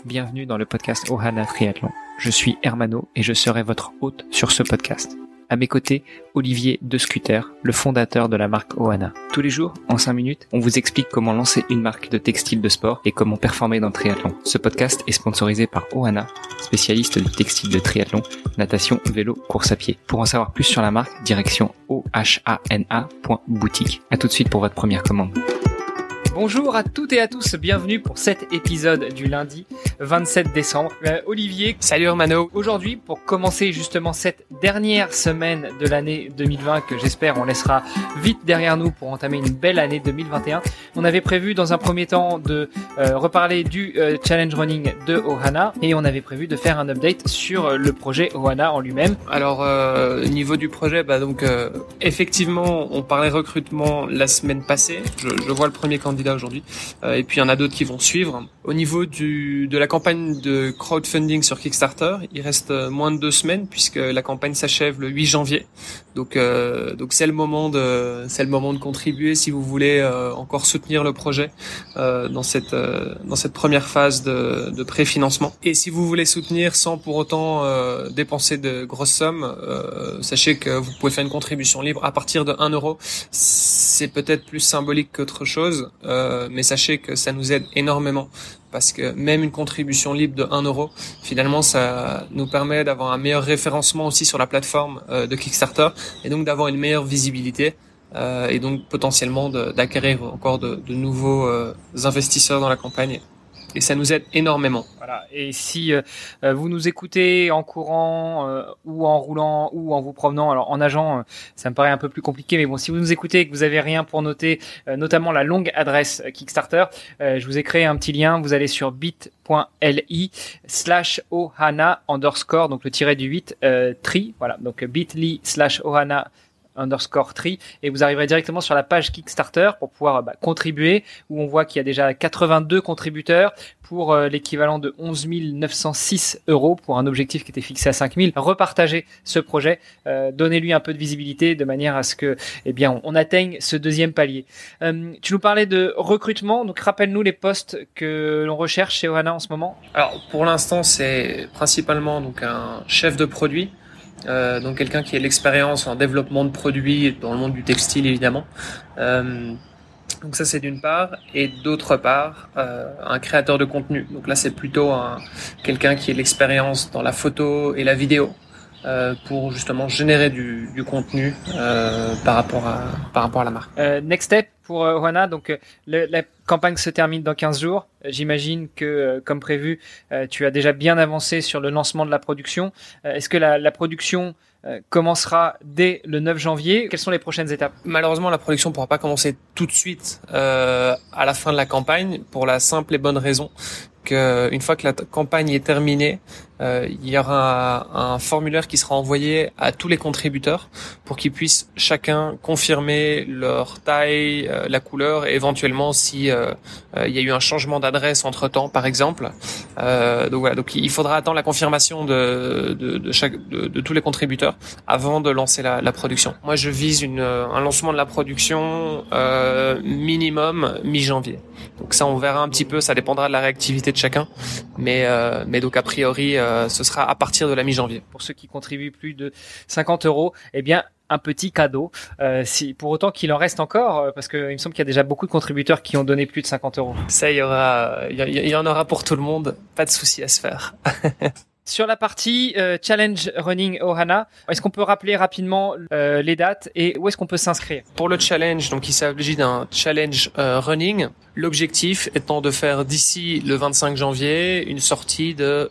bienvenue dans le podcast Ohana Triathlon. Je suis Hermano et je serai votre hôte sur ce podcast. À mes côtés, Olivier De Scuter, le fondateur de la marque Ohana. Tous les jours, en 5 minutes, on vous explique comment lancer une marque de textile de sport et comment performer dans le triathlon. Ce podcast est sponsorisé par Ohana, spécialiste du textile de triathlon, natation, vélo, course à pied. Pour en savoir plus sur la marque, direction ohana.boutique. À tout de suite pour votre première commande. Bonjour à toutes et à tous, bienvenue pour cet épisode du lundi 27 décembre. Olivier, salut Hermano. Aujourd'hui, pour commencer justement cette dernière semaine de l'année 2020 que j'espère on laissera vite derrière nous pour entamer une belle année 2021, on avait prévu dans un premier temps de reparler du challenge running de Ohana et on avait prévu de faire un update sur le projet Ohana en lui-même. Alors au niveau du projet, effectivement on parlait recrutement la semaine passée, je vois le premier candidat aujourd'hui, et puis il y en a d'autres qui vont suivre. Au niveau de la campagne de crowdfunding sur Kickstarter, il reste moins de 2 semaines puisque la campagne s'achève le 8 janvier. Donc c'est le moment de contribuer si vous voulez encore soutenir le projet dans cette première phase de préfinancement. Et si vous voulez soutenir sans pour autant dépenser de grosses sommes, sachez que vous pouvez faire une contribution libre à partir de 1 euro. C'est peut-être plus symbolique qu'autre chose, mais sachez que ça nous aide énormément parce que même une contribution libre de 1 euro, finalement, ça nous permet d'avoir un meilleur référencement aussi sur la plateforme de Kickstarter et donc d'avoir une meilleure visibilité et donc potentiellement d'acquérir encore de nouveaux investisseurs dans la campagne. Et ça nous aide énormément. Voilà. Et si vous nous écoutez en courant ou en roulant ou en vous promenant, alors en nageant, ça me paraît un peu plus compliqué, mais bon, si vous nous écoutez et que vous avez rien pour noter, notamment la longue adresse Kickstarter, je vous ai créé un petit lien. Vous allez sur bit.ly/ohana_, donc le tiret du 8 tri. Voilà, donc bit.ly/ohana _tri et vous arriverez directement sur la page Kickstarter pour pouvoir contribuer, où on voit qu'il y a déjà 82 contributeurs pour l'équivalent de 11 906 € pour un objectif qui était fixé à 5 000. Repartagez ce projet, donnez-lui un peu de visibilité de manière à ce que on atteigne ce deuxième palier. Tu nous parlais de recrutement, donc rappelle-nous les postes que l'on recherche chez Ohana en ce moment. Alors pour l'instant c'est principalement donc un chef de produit. Donc quelqu'un qui a l'expérience en développement de produits dans le monde du textile évidemment. Donc ça c'est d'une part, et d'autre part un créateur de contenu. Donc là c'est plutôt quelqu'un qui a l'expérience dans la photo et la vidéo pour justement générer du contenu par rapport à la marque. Next step pour Ohana, donc la campagne se termine dans 15 jours. J'imagine que, comme prévu, tu as déjà bien avancé sur le lancement de la production. Est-ce que la production commencera dès le 9 janvier? Quelles sont les prochaines étapes? Malheureusement, la production ne pourra pas commencer tout de suite à la fin de la campagne pour la simple et bonne raison qu'une fois que la campagne est terminée, il y aura un formulaire qui sera envoyé à tous les contributeurs pour qu'ils puissent chacun confirmer leur taille, la couleur et éventuellement si il y a eu un changement d'adresse entre-temps par exemple. Donc il faudra attendre la confirmation de tous les contributeurs avant de lancer la production. Moi je vise un lancement de la production minimum mi-janvier. Donc ça on verra un petit peu, ça dépendra de la réactivité de chacun, mais donc a priori ce sera à partir de la mi-janvier. Pour ceux qui contribuent plus de 50 €, un petit cadeau, pour autant qu'il en reste encore, parce que il me semble qu'il y a déjà beaucoup de contributeurs qui ont donné plus de 50 €. Ça, il y en aura pour tout le monde, pas de souci à se faire. Sur la partie Challenge Running Ohana, est-ce qu'on peut rappeler rapidement les dates et où est-ce qu'on peut s'inscrire? Pour le challenge, donc il s'agit d'un challenge running. L'objectif étant de faire d'ici le 25 janvier une sortie de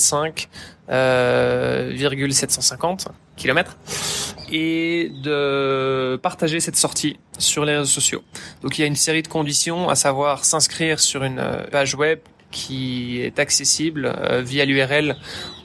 25,750 km et de partager cette sortie sur les réseaux sociaux. Donc il y a une série de conditions, à savoir s'inscrire sur une page web qui est accessible via l'URL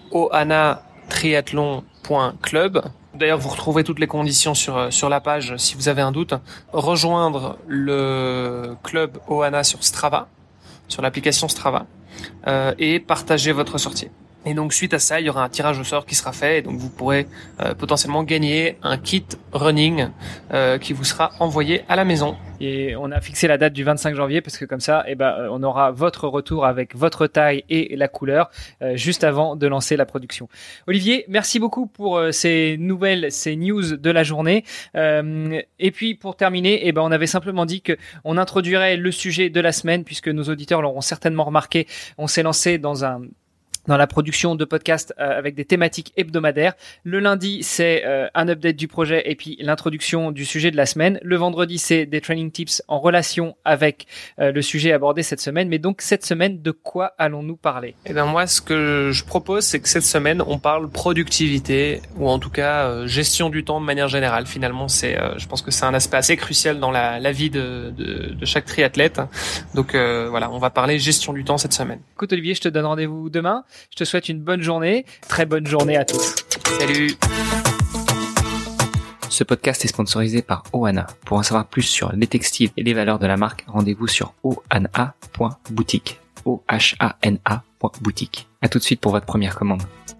ohanatriathlon.club. D'ailleurs, vous retrouverez toutes les conditions sur la page si vous avez un doute. Rejoindre le club Ohana sur Strava, sur l'application Strava, et partager votre sortie. Et donc suite à ça, il y aura un tirage au sort qui sera fait et donc vous pourrez potentiellement gagner un kit running qui vous sera envoyé à la maison. Et on a fixé la date du 25 janvier parce que comme ça, on aura votre retour avec votre taille et la couleur juste avant de lancer la production. Olivier, merci beaucoup pour ces news de la journée. Et puis pour terminer, on avait simplement dit que on introduirait le sujet de la semaine puisque nos auditeurs l'auront certainement remarqué. On s'est lancé dans la production de podcasts avec des thématiques hebdomadaires. Le lundi, c'est un update du projet et puis l'introduction du sujet de la semaine. Le vendredi, c'est des training tips en relation avec le sujet abordé cette semaine. Mais donc, cette semaine, de quoi allons-nous parler ? Eh bien, moi, ce que je propose, c'est que cette semaine, on parle productivité ou en tout cas gestion du temps de manière générale. Finalement, je pense que c'est un aspect assez crucial dans la vie de chaque triathlète. Donc voilà, on va parler gestion du temps cette semaine. Écoute, Olivier, je te donne rendez-vous demain. Je te souhaite une bonne journée. Très bonne journée à tous. Salut. Ce podcast est sponsorisé par Ohana. Pour en savoir plus sur les textiles et les valeurs de la marque, rendez-vous sur ohana.boutique. ohana.boutique. À tout de suite pour votre première commande.